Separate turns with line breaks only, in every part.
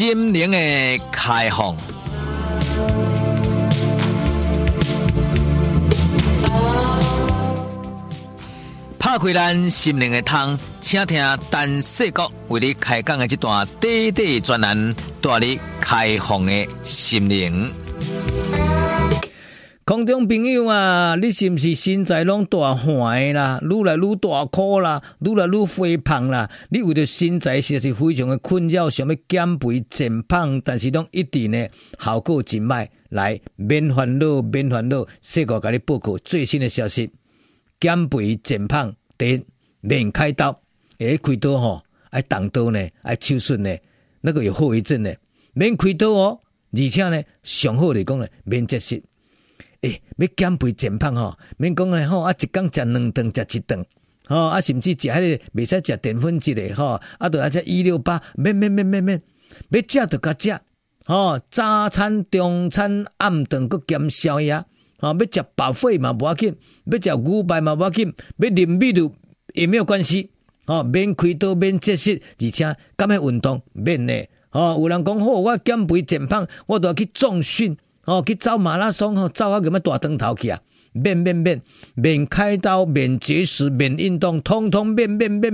心灵的开放。拍开咱心灵的窗，请听陈世国为你开讲的这段短短专栏，带你开放的心灵。空中朋友啊，你是不是身材拢大坏啦？愈来愈大块啦，愈来愈肥胖啦？你为着身材实在是非常的困扰，想要减肥减胖，但是拢一直呢效果真歹。来，免烦恼，免烦恼，世国给你报告最新的消息：减肥减胖，第一免开刀，开刀吼，爱动刀呢，爱手术呢，那个有后遗症呢，免开刀哦，而且呢，上好来讲呢，免节食。要减肥减胖吼，免讲咧吼，一天食2顿，食1顿，吼甚至食迄个袂使食淀粉质的吼，著爱食168，免，要食就甲食，吼早餐、中餐、暗顿佮减宵夜，吼要食饱腹嘛无要紧，要食牛排嘛无要紧，要啉米露也没有关系，吼免开刀，免节食，而且敢要运动免呢，吼有人讲好，我减肥减胖，我都要去重训。去走马拉松走到咁么大长头去啊！免开刀，免节食，免运动，通通免！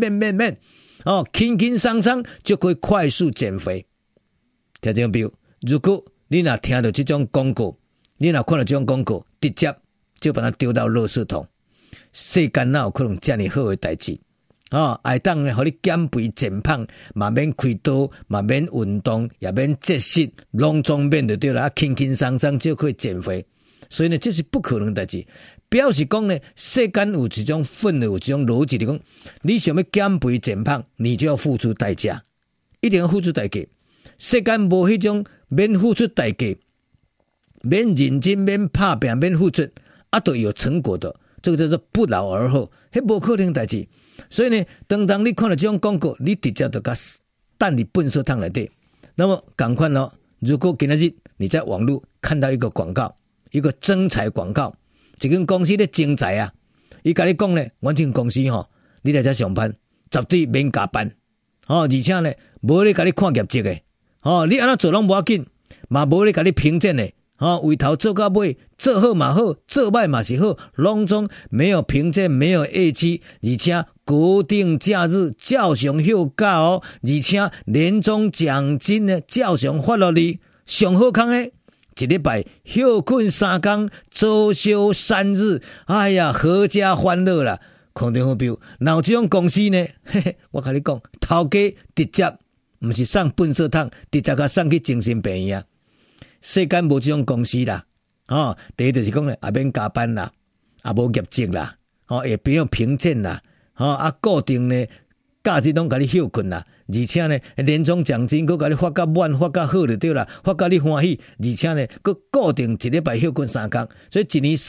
轻轻松松就可以快速减肥。听众朋友，如果你若听到这种广告，你若看到这种广告，直接就把它丢到垃圾桶。世间哪有可能这么好的代志？会当呢，互你减肥减胖，嘛免开刀，嘛免运动，也免节食，拢总免就对了，轻轻松松就可以减肥。所以呢，这是不可能的代志。表示讲呢，世间有一种氛围，有一种逻辑，讲你想要减肥减胖，你就要付出代价，一定要付出代价。世间无迄种免付出代价，免认真，免拍拼，免付出，都有成果的。这个叫做不劳而获，迄无可能代志。所以呢，当你看到这种广告，你直接就等你笨手汤来对。那么赶快咯，如果今日你在网络看到一个广告，一个征才广告，一间公司咧征才啊，伊甲你讲咧，我这间公司吼，你来这上班，绝对免加班，而且呢，无咧甲你看业绩的，你安怎做拢无要紧，嘛无咧甲你评鉴的。为头做到尾，做好嘛好，做歹嘛是好，拢总没有评鉴，没有业绩，而且固定假日照常休假哦，而且年终奖金呢照常发落你，上好康的，一礼拜休困3天，周休3日，哎呀，阖家欢乐啦！空中好标，哪有这种公司呢？我跟你讲，头家直接不是送粪扫桶，直接甲送去精神病院啊！世间无这种公司啦，第一就是讲咧，也免加班啦，也无业绩啦，也不用评鉴啦，固定呢假日拢甲你休困啦，而且呢年终奖金佫甲你发甲满，发甲好就对啦，发甲你欢喜，而且呢佫固定一礼拜休困3天，所以一年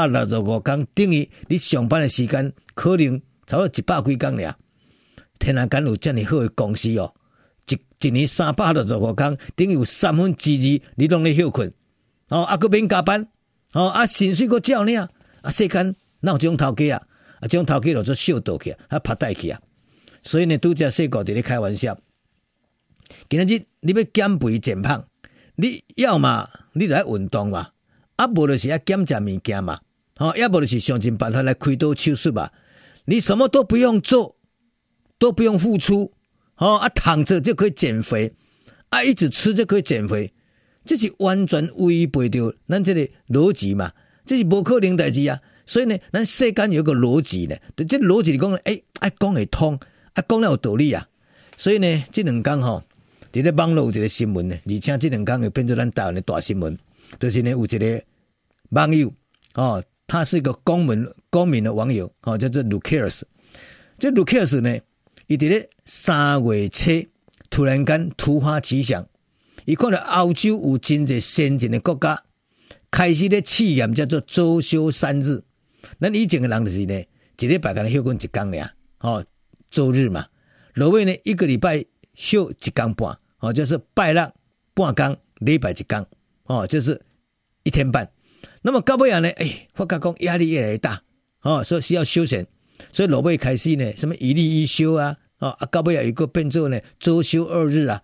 365天，等于你上班的时间可能差不多100几天俩。天哪，敢有这么好的公司哦！一年365天，等于有2/3你拢咧休困，佫免加班，薪水佫照领，世间哪有这种头家啊？这种头家就做秀逗去啊，拍带去啊。所以呢，拄则世国伫咧开玩笑。今日你要减肥减胖，你要嘛你就要运动嘛，无就是要减食物件嘛，要无就是想尽办法来开刀手术嘛。你什么都不用做，都不用付出。躺着就可以减肥，一直吃就可以减肥，这是完全违背掉咱这个逻辑嘛，这是不可能的代志啊。所以呢，咱世间有一个逻辑呢，这逻辑里讲呢，讲会通，讲了有道理啊。所以呢，这2天伫咧网络有一个新闻呢，而且这2天又变做咱台湾的大新闻，就是呢有一个网友他是一个公民的网友叫做 Lucas， 这 Lucas 呢。伊伫咧3月初突然间突发奇想，伊看到欧洲有真侪先进的国家开始咧试验叫做周休3日。咱以前的人就是呢，一礼拜干休困1天尔，周日嘛，落尾呢一个礼拜休1天半，就是拜六半天，礼拜1天，就是1天半。那么到尾呢，发觉讲压力越来越大，所以需要休闲。所以落尾开始呢，什么一例一休啊，到尾有一个变做呢周休2日啊。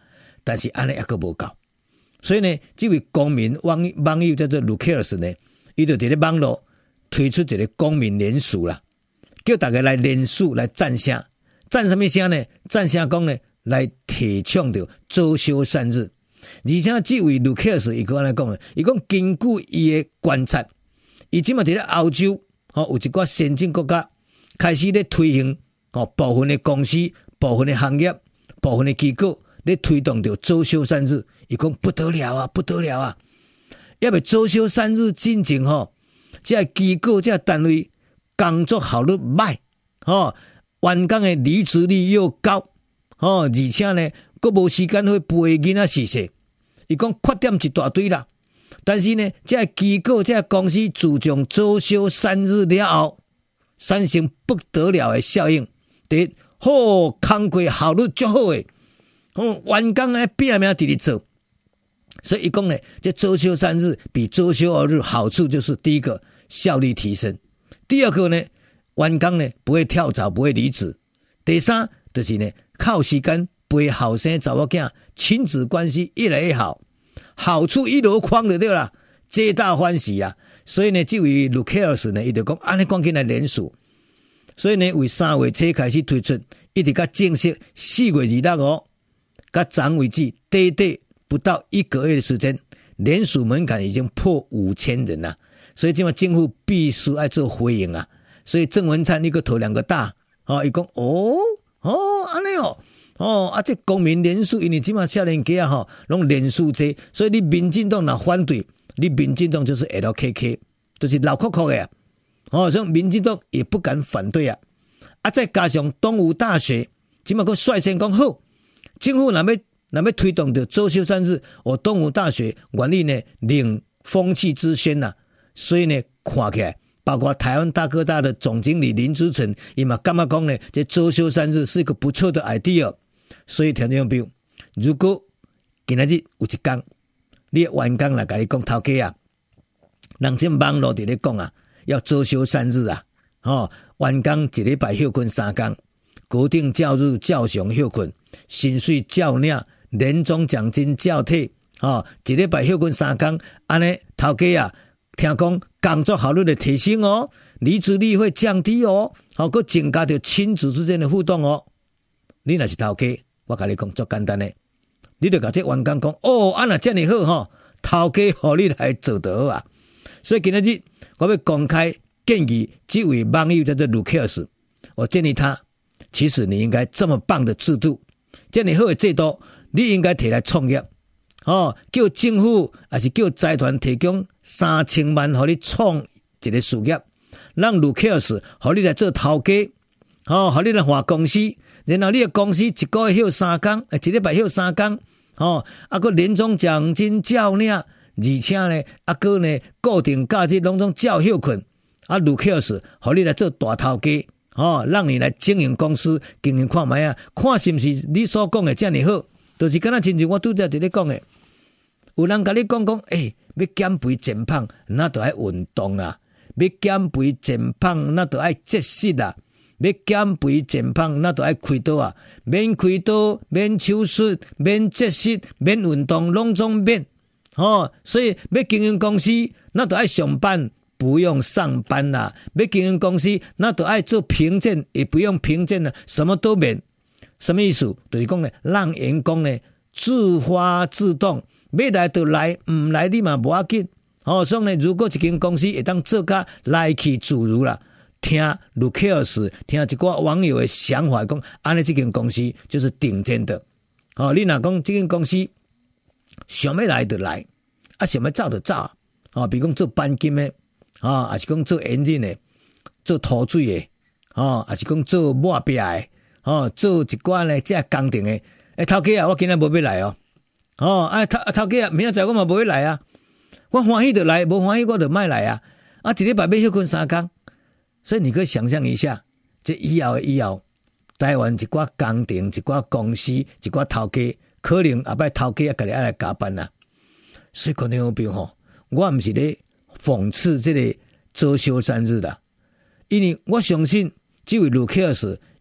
但是安尼还佫无够。所以呢，这位公民网友叫做 Lucas 呢，伊就伫咧网络推出一个公民联署啦，叫大家来联署来赞声，赞什么声呢？赞声讲呢，来提倡着周休3日。而且这位 Lucas 伊个安尼讲的，伊讲根据伊的观察，伊即嘛伫咧欧洲，有一寡先进国家开始咧推行，部分的公司、部分的行业、部分的机构咧推动着周休3日。伊讲不得了啊，不得了啊！要不周休3日进前这机构、这单位工作效率歹，员工的离职率又高，而且呢，佫无时间去陪囡仔细细。伊讲缺点一大堆啦，但是呢，这机构、这公司自从周休3日了后，产生不得了的效应。第一，工作效率足好诶，员工呢拼命直直做。所以伊讲呢，这周休3日比周休2日好处就是第一个效率提升，第二个呢，员工呢不会跳槽，不会离职，第三就是呢靠时间陪后生查某囝，亲子关系越来越好，好处一箩筐就对啦，皆大欢喜啊。所以呢，这位 Lucas 呢，伊就讲安尼赶紧来联署，所以呢，为3月初开始推出，一直到正式4月26到昨为止，短不到1个月的时间，联署门槛已经破5000人了。所以今晚政府必须要做回应啊。所以郑文灿一个头两个大，伊讲安尼这公民联署，因为今晚少年家拢联署制，所以你民进党若反对，你民进党就是 LKK， 就是老酷酷的啊。所以民进党也不敢反对啊。再加上东吴大学今晚佫率先讲好，政府若要推动的周休3日，东吴大学愿意呢领风气之先呐。所以呢，看起来包括台湾大哥大的总经理林之诚，伊嘛感觉讲呢，这周休3日是一个不错的 idea。所以听众朋友，如果今仔日有一天，你的员工来跟你讲头家啊，人这网络伫咧讲啊，要周休3日啊，员工一礼拜休困3天，固定假日照常休困，薪水照领，年终奖金照退，一礼拜休困3天，安尼头家啊，听讲工作效率的提升离职率会降低佫增加着亲子之间的互动你若是头家，我跟你讲足简单的，你就甲这员工讲安那这么好头家互你来做得好啊。所以今日我要公开建议这位网友叫做 Lucas， 我建议他，其实你应该这么棒的制度，这么好的制度，你应该提来创业叫政府还是叫财团提供3000万给你创一个事业，让 Lucas 给你来做头家给你来换公司，然后你的公司一个月休3天，一礼拜休3天个年终奖金照领，而且呢个呢固定假日拢总照休困Lucas 给你来做大头家让你来经营公司，经营看卖看是不是你所讲的这么好，就是敢若亲像我拄则伫咧讲的，有人甲你讲要减肥减胖，那就要运动啊；要减肥减胖，那就要节食啊；要减肥减胖，那就要开刀啊。免开刀，免手术，免节食，免运动，拢总免。所以要经营公司，那就要上班，不用上班啦。要经营公司，那就要做评鉴，也不用评鉴啦，什么都免。什么意思？就是讲呢，让员工呢自发自动。要来就来，唔来你嘛无要紧。所以呢，如果一间公司会当做甲来去自如啦，听 Lucas 听一寡网友的想法，讲安尼这间公司就是顶尖的。你若讲这间公司想要来就来，想要走就走比如讲做钣金的还是讲做烟刃的，做涂水的还是讲做抹壁的做一寡呢这工程的。头家我今日无要来头家明仔载我嘛无要来啊，我欢喜就来，无欢喜我就莫来啊。一礼拜要休困3天，所以你可以想象一下，这以后台湾一寡工程、一寡公司、一寡头家，可能后摆头家家己来加班啦。所以观众朋友我毋是咧讽刺这个周休3日啦，因为我相信这位 Lucas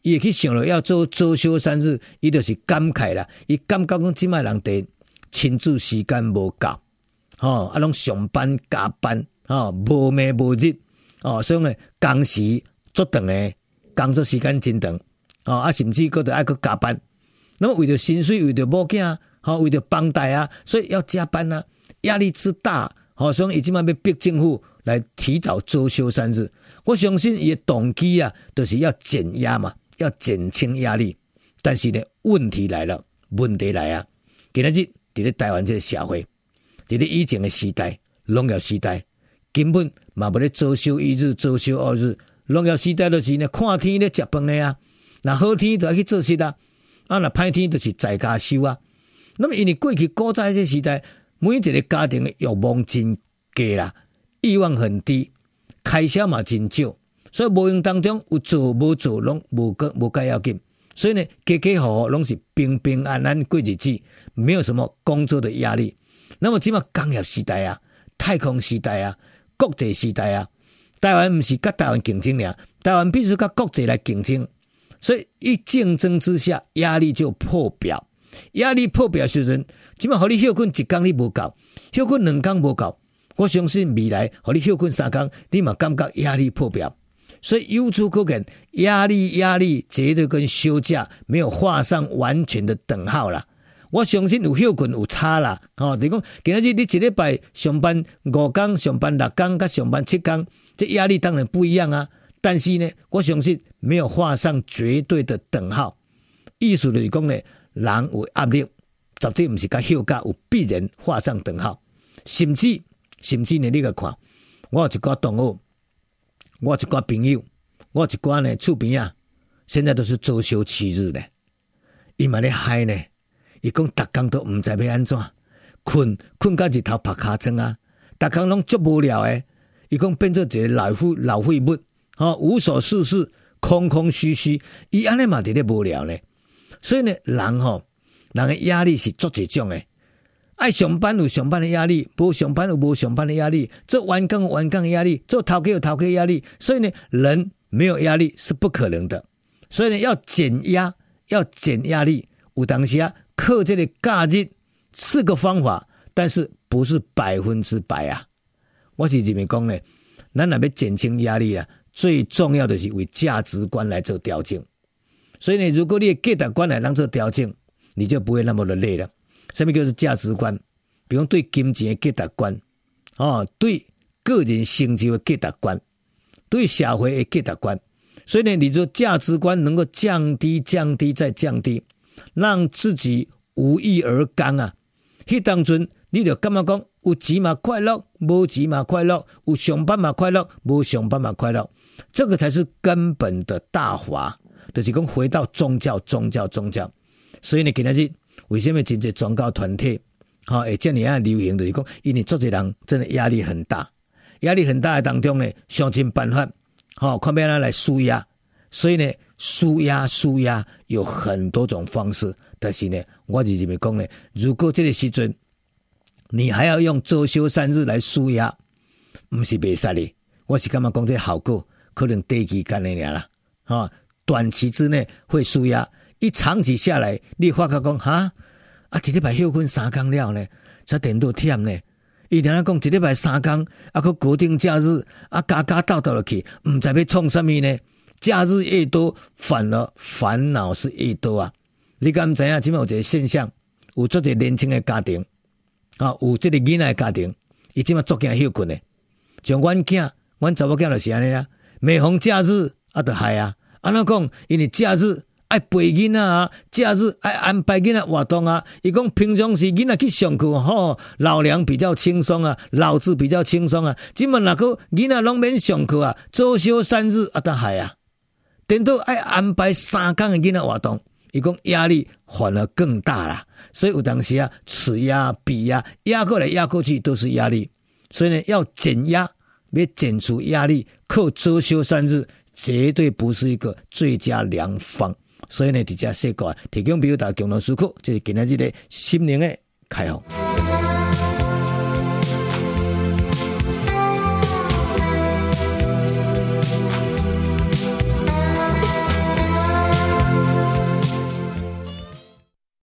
伊会去想了要做周休3日，伊就是感慨啦。伊感觉讲即摆人伫亲子时间无够，拢上班加班，无暝无日，所以呢工时足长诶，工作时间真长，甚至搁着爱搁加班。那么为着薪水，为着某囝，为着房贷啊，所以要加班啊，压力之大，所以伊即摆要逼政府来提早周休3日。我相信伊的动机啊，就是要减压嘛，要减轻压力。但是呢，问题来了，问题来啊！今仔日伫咧台湾这个社会，伫咧以前的时代，农业时代，根本嘛无咧周休1日、周休2日。农业时代就是呢，看天咧食饭的啊，那好天就要去做事啊，那歹天就是在家休啊。那么因为过去古早这时代，每一个家庭的欲望真低啦，欲望很低。开销嘛真少，所以无用当中有做无做拢无介要紧，所以呢，家家户户拢是平平安安过日子，没有什么工作的压力。那么即马工业时代啊，太空时代啊，国际时代啊，台湾不是跟台湾竞争俩，台湾必须跟国际来竞争，所以一竞争之下，压力就破表。压力破表时阵，即马互你休困1天你无够，休困2天无够。我相信未来，互你休困3天，你嘛感觉压力破表。所以由此可见，压力绝对跟休假没有画上完全的等号啦。我相信有休困有差啦，就是讲今仔日你一礼拜上班5天，上班6天，跟上班7天，这压力当然不一样啊。但是呢，我相信没有画上绝对的等号。意思就是讲呢，人有压力，绝对不是跟休假有必然画上等号，甚至呢，你去看，我有一寡同学，我有一寡朋友，我有一寡呢厝边啊，现在都是周休7日呢。伊嘛咧嗨呢，伊讲逐工都唔知要安怎，困到日头拍尻川啊，逐工拢足无聊诶。伊讲变做一个老废物，无所事事，空空虚虚，伊安尼嘛伫咧无聊呢。所以呢，人的压力是足一种诶。爱上班有上班的压力，无上班有无上班的压力，做员工有员工的压力，做头家有头家的压力，所以呢，人没有压力是不可能的。所以呢，要减压力，有当时啊，靠这个假日是个方法，但是不是100%啊。我是认为讲呢，咱若要减轻压力啊，最重要的是为价值观来做调整。所以呢，如果你的价值观来做调整，你就不会那么的累了。什么叫做价值观？比如对金钱的价值观，对个人成就的价值观，对社会的价值观。所以呢，你说价值观能够降低再降低，让自己无益而刚啊。迄当阵你就感觉讲有钱嘛快乐，无钱嘛快乐，有上班嘛快乐，无上班嘛快乐，这个才是根本的大华。就是讲回到宗教。所以呢，今仔日为什么真侪宗教团体会这样流行？就是讲，因为做这人真的压力很大，的当中呢，想尽办法，看要来舒压。所以呢，舒压有很多种方式。但是呢，我是认为讲呢，如果这个时阵你还要用周休3日来舒压，不是袂使的。我是感觉讲这效果可能短期间的尔啦，短期之内会舒压。一长期下来，你发觉讲一礼拜休困3天了呢，才电到忝呢。伊若讲一礼拜3天，佮固定假日加斗落去，唔知要创什么呢？假日越多，反而烦恼是越多啊！你敢唔知影？即摆有一个现象，有做一年轻的家庭，有这个囡仔的家庭，伊即摆足惊休困的。像阮查某囝就是安尼啊，每逢假日就害啊！安怎讲？因为假日爱陪囡仔啊，假日爱安排囡仔活动啊。伊讲平常时囡仔去上课老娘比较轻松啊，老子比较轻松啊。即摆若个囡仔拢免上课啊，周休3日得害啊。等到爱安排3天的囡仔活动，伊讲压力反而更大啦。所以有当时啊，此压彼压，压过来压过去都是压力。所以呢，要减压，要减除压力，靠周休3日绝对不是一个最佳良方。所以呢，伫遮说过提供俾大家共同思考，这是今日的心灵的开放。